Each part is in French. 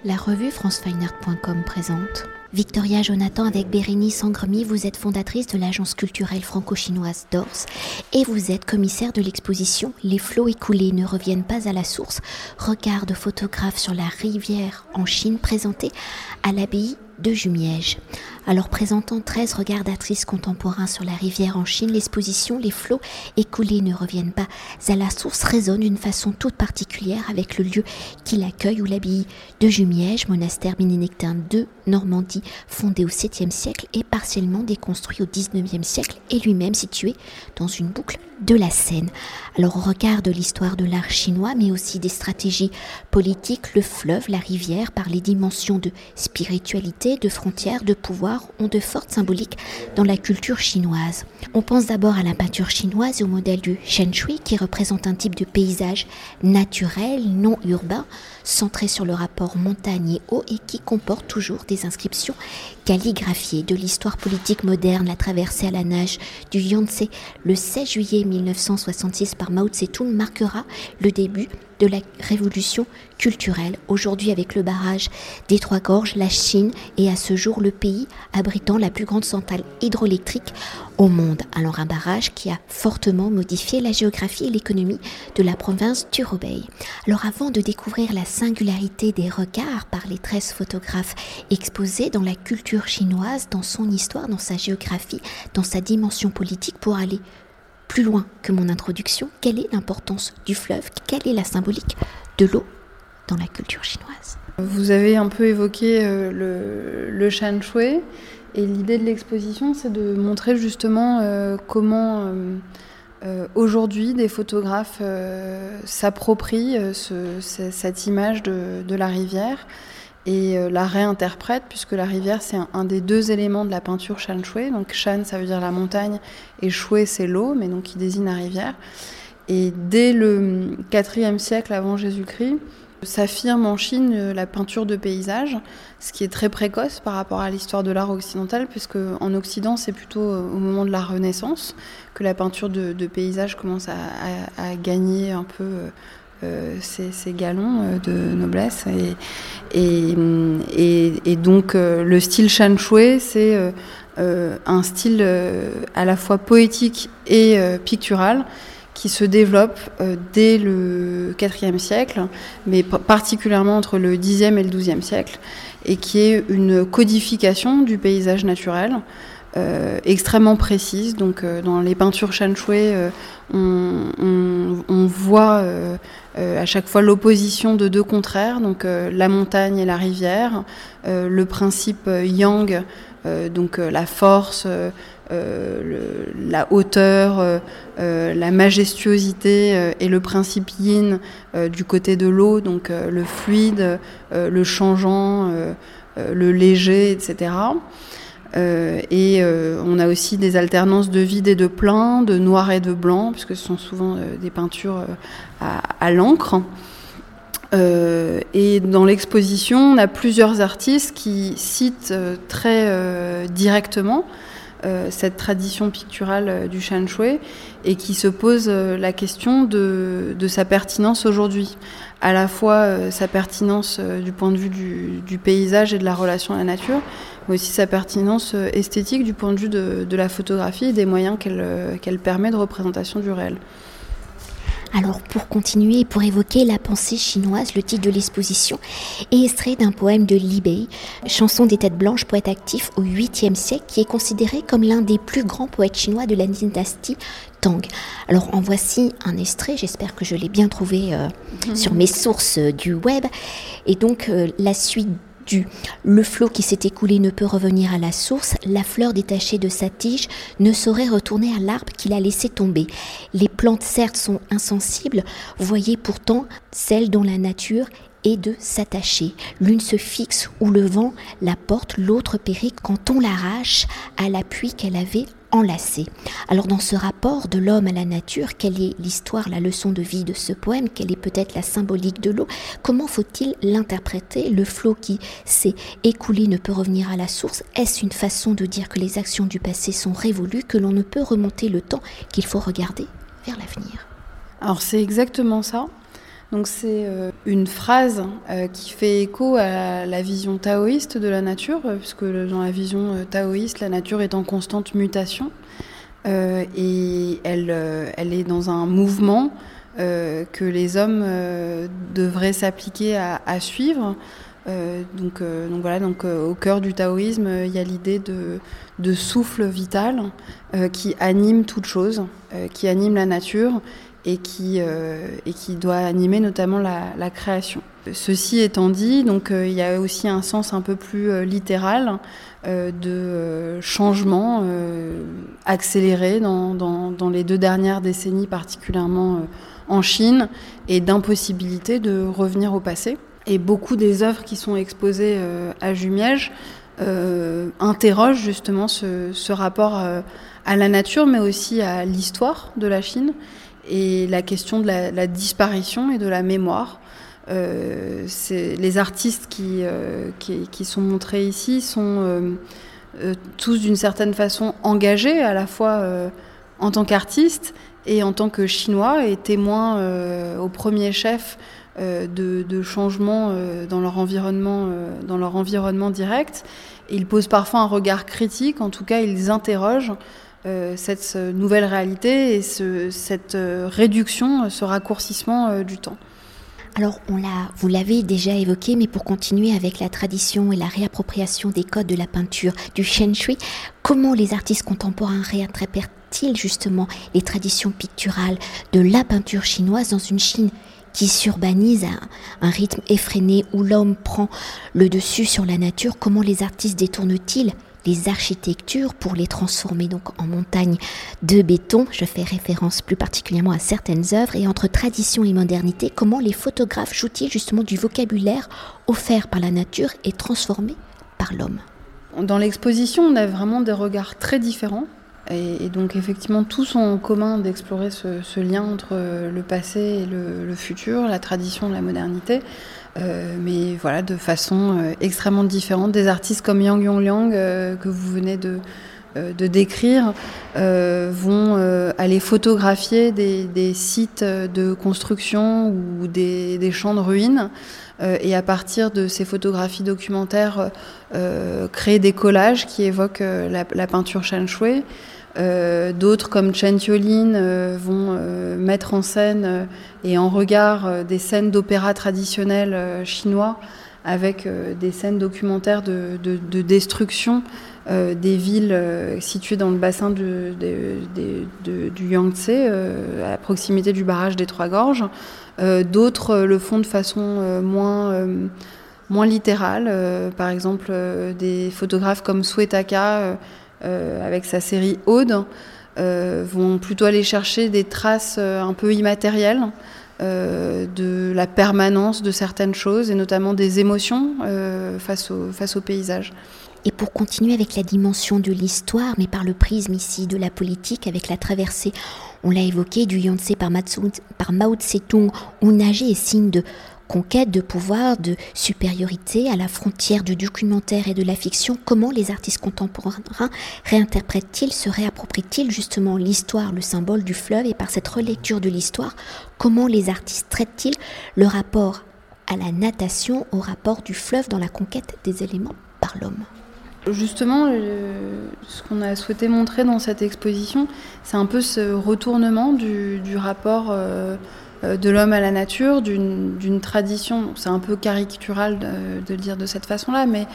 La revue francefineart.com présente Victoria Jonathan avec Bérénice Angremy. Vous êtes fondatrice de l'agence culturelle franco-chinoise DORS et vous êtes commissaire de l'exposition Les flots écoulés ne reviennent pas à la source. Regard de photographe sur la rivière en Chine présenté à l'abbaye de Jumièges. Alors présentant 13 regards d'actrices contemporains sur la rivière en Chine, l'exposition Les flots écoulés ne reviennent pas à la source résonne d'une façon toute particulière avec le lieu qui l'accueille où l'abbaye de Jumièges, monastère bénédictin de Normandie, fondé au 7e siècle et partiellement déconstruit au 19e siècle et lui-même situé dans une boucle de la Seine. Alors au regard de l'histoire de l'art chinois mais aussi des stratégies politiques, le fleuve, la rivière, par les dimensions de spiritualité, de frontières, de pouvoir, ont de fortes symboliques dans la culture chinoise. On pense d'abord à la peinture chinoise et au modèle du Shen Shui qui représente un type de paysage naturel, non urbain, centré sur le rapport montagne et eau et qui comporte toujours des inscriptions calligraphiées. De l'histoire politique moderne, la traversée à la nage du Yangtze le 16 juillet 1966 par Mao Tse-tung marquera le début de la révolution culturelle. Aujourd'hui, avec le barrage des Trois Gorges, la Chine est à ce jour le pays abritant la plus grande centrale hydroélectrique au monde. Alors un barrage qui a fortement modifié la géographie et l'économie de la province d'Hubei. Alors avant de découvrir la singularité des regards par les 13 photographes exposés dans la culture chinoise, dans son histoire, dans sa géographie, dans sa dimension politique, pour aller plus loin que mon introduction, quelle est l'importance du fleuve, quelle est la symbolique de l'eau dans la culture chinoise? Vous avez un peu évoqué le Shan Shui et l'idée de l'exposition, c'est de montrer justement comment aujourd'hui des photographes s'approprient cette image de la rivière et la réinterprète, puisque la rivière c'est un des deux éléments de la peinture Shan Shui. Donc Shan ça veut dire la montagne et Shui c'est l'eau, mais donc qui désigne la rivière. Et dès le 4e siècle avant Jésus-Christ, s'affirme en Chine la peinture de paysage, ce qui est très précoce par rapport à l'histoire de l'art occidental, puisque en Occident c'est plutôt au moment de la Renaissance que la peinture de paysage commence à gagner un peu ces galons de noblesse et donc le style Shan Shui c'est un style à la fois poétique et pictural qui se développe dès le IVe siècle, mais particulièrement entre le Xe et le XIIe siècle, et qui est une codification du paysage naturel extrêmement précise. Donc dans les peintures Shan Shui, on voit à chaque fois l'opposition de deux contraires, donc la montagne et la rivière, le principe yang, donc la force, la hauteur, la majestuosité et le principe yin du côté de l'eau, donc le fluide, le changeant, le léger, etc. On a aussi des alternances de vide et de plein, de noir et de blanc, puisque ce sont souvent des peintures à l'encre. Et dans l'exposition, on a plusieurs artistes qui citent très directement cette tradition picturale du Shan Shui et qui se posent la question de sa pertinence aujourd'hui. À la fois sa pertinence du point de vue du paysage et de la relation à la nature, mais aussi sa pertinence esthétique du point de vue de la photographie et des moyens qu'elle permet de représentation du réel. Alors pour continuer et pour évoquer la pensée chinoise, le titre de l'exposition est extrait d'un poème de Li Bei, chanson des Têtes Blanches, poète actif au 8e siècle, qui est considéré comme l'un des plus grands poètes chinois de la dynastie Tang. Alors en voici un extrait, j'espère que je l'ai bien trouvé sur mes sources du web. Et donc la suite le flot qui s'est écoulé ne peut revenir à la source, la fleur détachée de sa tige ne saurait retourner à l'arbre qui l'a laissé tomber. Les plantes certes sont insensibles, voyez pourtant celles dont la nature est de s'attacher. L'une se fixe où le vent la porte, l'autre périt quand on l'arrache à l'appui qu'elle avait enlacé. Alors dans ce rapport de l'homme à la nature, quelle est l'histoire, la leçon de vie de ce poème? Quelle est peut-être la symbolique de l'eau? Comment faut-il l'interpréter? Le flot qui s'est écoulé ne peut revenir à la source. Est-ce une façon de dire que les actions du passé sont révolues, que l'on ne peut remonter le temps, qu'il faut regarder vers l'avenir? Alors c'est exactement ça. Donc c'est une phrase qui fait écho à la vision taoïste de la nature, puisque dans la vision taoïste, la nature est en constante mutation et elle est dans un mouvement que les hommes devraient s'appliquer à suivre. Donc au cœur du taoïsme, il y a l'idée de souffle vital qui anime toute chose, qui anime la nature et qui doit animer notamment la création. Ceci étant dit, donc il y a aussi un sens un peu plus littéral de changement accéléré dans les 2 dernières décennies, particulièrement en Chine, et d'impossibilité de revenir au passé. Et beaucoup des œuvres qui sont exposées à Jumièges interrogent justement ce rapport à la nature, mais aussi à l'histoire de la Chine et la question de la disparition et de la mémoire. Les artistes qui sont montrés ici sont tous d'une certaine façon engagés, à la fois en tant qu'artistes et en tant que Chinois, et témoins au premier chef de changements dans leur environnement direct. Et ils posent parfois un regard critique, en tout cas ils interrogent cette nouvelle réalité et cette réduction, ce raccourcissement du temps. Alors, vous l'avez déjà évoqué, mais pour continuer avec la tradition et la réappropriation des codes de la peinture du Shen Shui, comment les artistes contemporains réinterprètent-ils justement les traditions picturales de la peinture chinoise dans une Chine qui s'urbanise à un rythme effréné où l'homme prend le dessus sur la nature? Comment les artistes détournent-ils les architectures pour les transformer donc en montagnes de béton? Je fais référence plus particulièrement à certaines œuvres. Et entre tradition et modernité, comment les photographes jouent-ils justement du vocabulaire offert par la nature et transformé par l'homme? Dans l'exposition, on a vraiment des regards très différents. Et donc effectivement, tous ont en commun d'explorer ce lien entre le passé et le futur, la tradition et la modernité. Mais voilà, de façon extrêmement différente. Des artistes comme Yang Yongliang, que vous venez de décrire, vont aller photographier des sites de construction ou des champs de ruines, et à partir de ces photographies documentaires, créer des collages qui évoquent la peinture Shen Shui. D'autres comme Chen Tiolin vont mettre en scène et en regard des scènes d'opéra traditionnels chinois avec des scènes documentaires de destruction des villes situées dans le bassin du Yangtze, à proximité du barrage des Trois Gorges. D'autres le font de façon moins littérale. Par exemple, des photographes comme Suetaka, avec sa série Aude, vont plutôt aller chercher des traces un peu immatérielles de la permanence de certaines choses et notamment des émotions face au paysage. Et pour continuer avec la dimension de l'histoire, mais par le prisme ici de la politique, avec la traversée, on l'a évoqué, du Yangtze par Mao Tse-tung, où nager est signe de conquête, de pouvoir, de supériorité à la frontière du documentaire et de la fiction. Comment les artistes contemporains réinterprètent-ils, se réapproprient-ils justement l'histoire, le symbole du fleuve, et par cette relecture de l'histoire, comment les artistes traitent-ils le rapport à la natation, au rapport du fleuve dans la conquête des éléments par l'homme? Justement, ce qu'on a souhaité montrer dans cette exposition, c'est un peu ce retournement du rapport de l'homme à la nature, d'une tradition, c'est un peu caricatural de le dire de cette façon-là, mais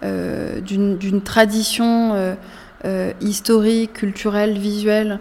d'une tradition historique, culturelle, visuelle,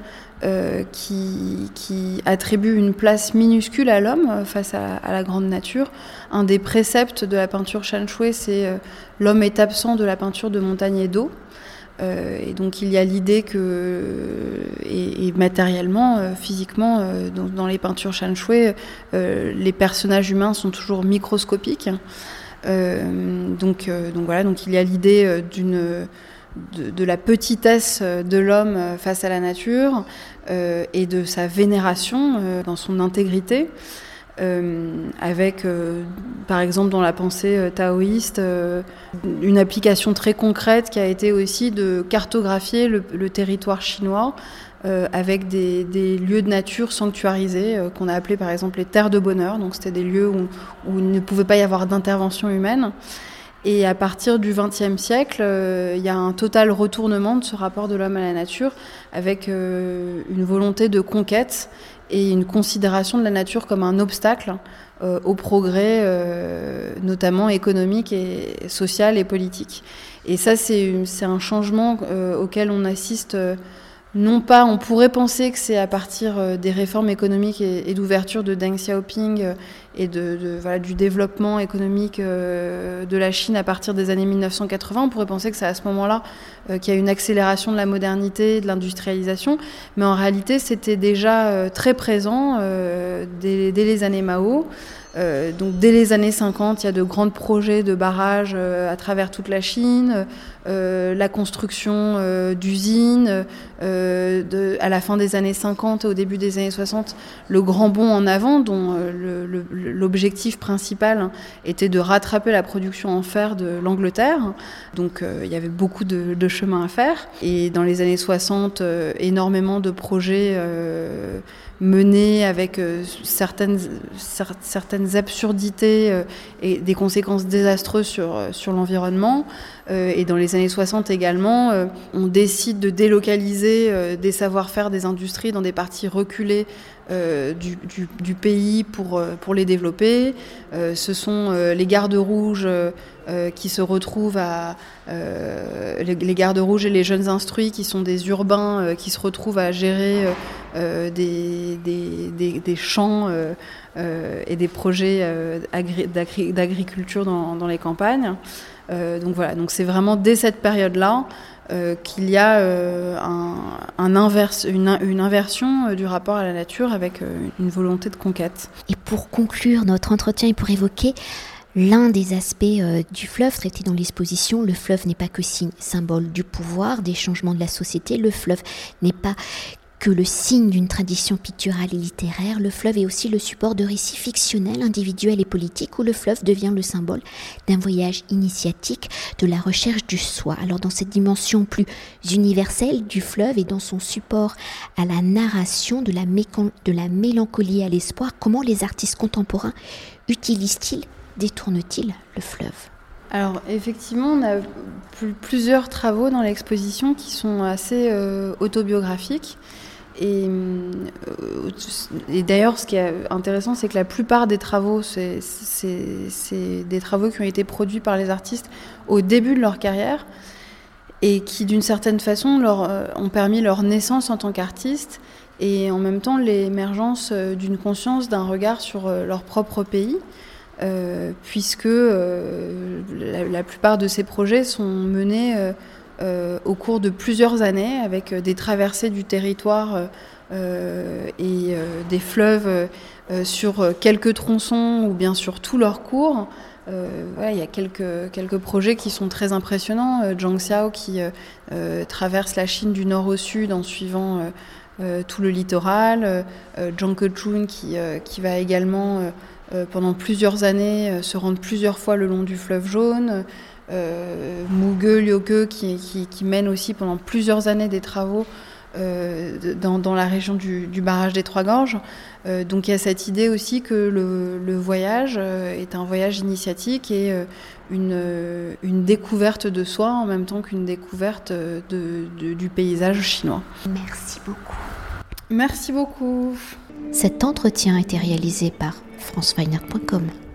qui attribue une place minuscule à l'homme face à la grande nature. Un des préceptes de la peinture Shen Shui, c'est l'homme est absent de la peinture de montagne et d'eau. Et donc il y a l'idée que, et matériellement, physiquement, dans les peintures Shen Shui, les personnages humains sont toujours microscopiques. Donc il y a l'idée de la petitesse de l'homme face à la nature et de sa vénération dans son intégrité. avec, par exemple, dans la pensée taoïste, une application très concrète qui a été aussi de cartographier le territoire chinois avec des lieux de nature sanctuarisés qu'on a appelés par exemple les terres de bonheur. Donc c'était des lieux où il ne pouvait pas y avoir d'intervention humaine. Et à partir du XXe siècle, il y a un total retournement de ce rapport de l'homme à la nature avec une volonté de conquête et une considération de la nature comme un obstacle au progrès, notamment économique et social et politique. Et ça, c'est un changement auquel on assiste. Non pas, on pourrait penser que c'est à partir des réformes économiques et d'ouverture de Deng Xiaoping et du développement économique de la Chine à partir des années 1980. On pourrait penser que c'est à ce moment-là qu'il y a une accélération de la modernité et de l'industrialisation. Mais en réalité, c'était déjà très présent dès les années Mao. Donc dès les années 50, il y a de grands projets de barrages à travers toute la Chine, la construction d'usines. À la fin des années 50 et au début des années 60, le grand bond en avant, dont l'objectif principal était de rattraper la production en fer de l'Angleterre. Donc il y avait beaucoup de chemin à faire. Et dans les années 60, énormément de projets menés avec certaines absurdités et des conséquences désastreuses sur l'environnement. Et dans les années 60 également, on décide de délocaliser des savoir-faire des industries dans des parties reculées du pays pour les développer. Ce sont les gardes rouges qui se retrouvent les gardes rouges et les jeunes instruits qui sont des urbains qui se retrouvent à gérer des champs et des projets d'agriculture dans les campagnes. Donc voilà, donc c'est vraiment dès cette période-là qu'il y a une inversion du rapport à la nature avec une volonté de conquête. Et pour conclure notre entretien et pour évoquer l'un des aspects du fleuve traité dans l'exposition, le fleuve n'est pas que signe, symbole du pouvoir, des changements de la société. Le fleuve n'est pas que le signe d'une tradition picturale et littéraire. Le fleuve est aussi le support de récits fictionnels, individuels et politiques, où le fleuve devient le symbole d'un voyage initiatique, de la recherche du soi. Alors dans cette dimension plus universelle du fleuve et dans son support à la narration de la mélancolie à l'espoir, comment les artistes contemporains utilisent-ils, détournent-ils le fleuve ? Alors effectivement, on a plusieurs travaux dans l'exposition qui sont assez autobiographiques. Et d'ailleurs, ce qui est intéressant, c'est que la plupart des travaux, c'est des travaux qui ont été produits par les artistes au début de leur carrière et qui, d'une certaine façon, ont permis leur naissance en tant qu'artistes et en même temps l'émergence d'une conscience, d'un regard sur leur propre pays. Puisque la plupart de ces projets sont menés au cours de plusieurs années avec des traversées du territoire et des fleuves sur quelques tronçons ou bien sur tout leur cours. Il y a quelques projets qui sont très impressionnants. Zhang Xiao qui traverse la Chine du nord au sud en suivant tout le littoral. Zhang Kechun qui va également pendant plusieurs années se rendre plusieurs fois le long du fleuve jaune. Muge Liuke qui mène aussi pendant plusieurs années des travaux dans la région du barrage des Trois Gorges. Donc il y a cette idée aussi que le voyage est un voyage initiatique et une découverte de soi en même temps qu'une découverte du paysage chinois. Merci beaucoup. Merci beaucoup. Cet entretien a été réalisé par franceweiner.com.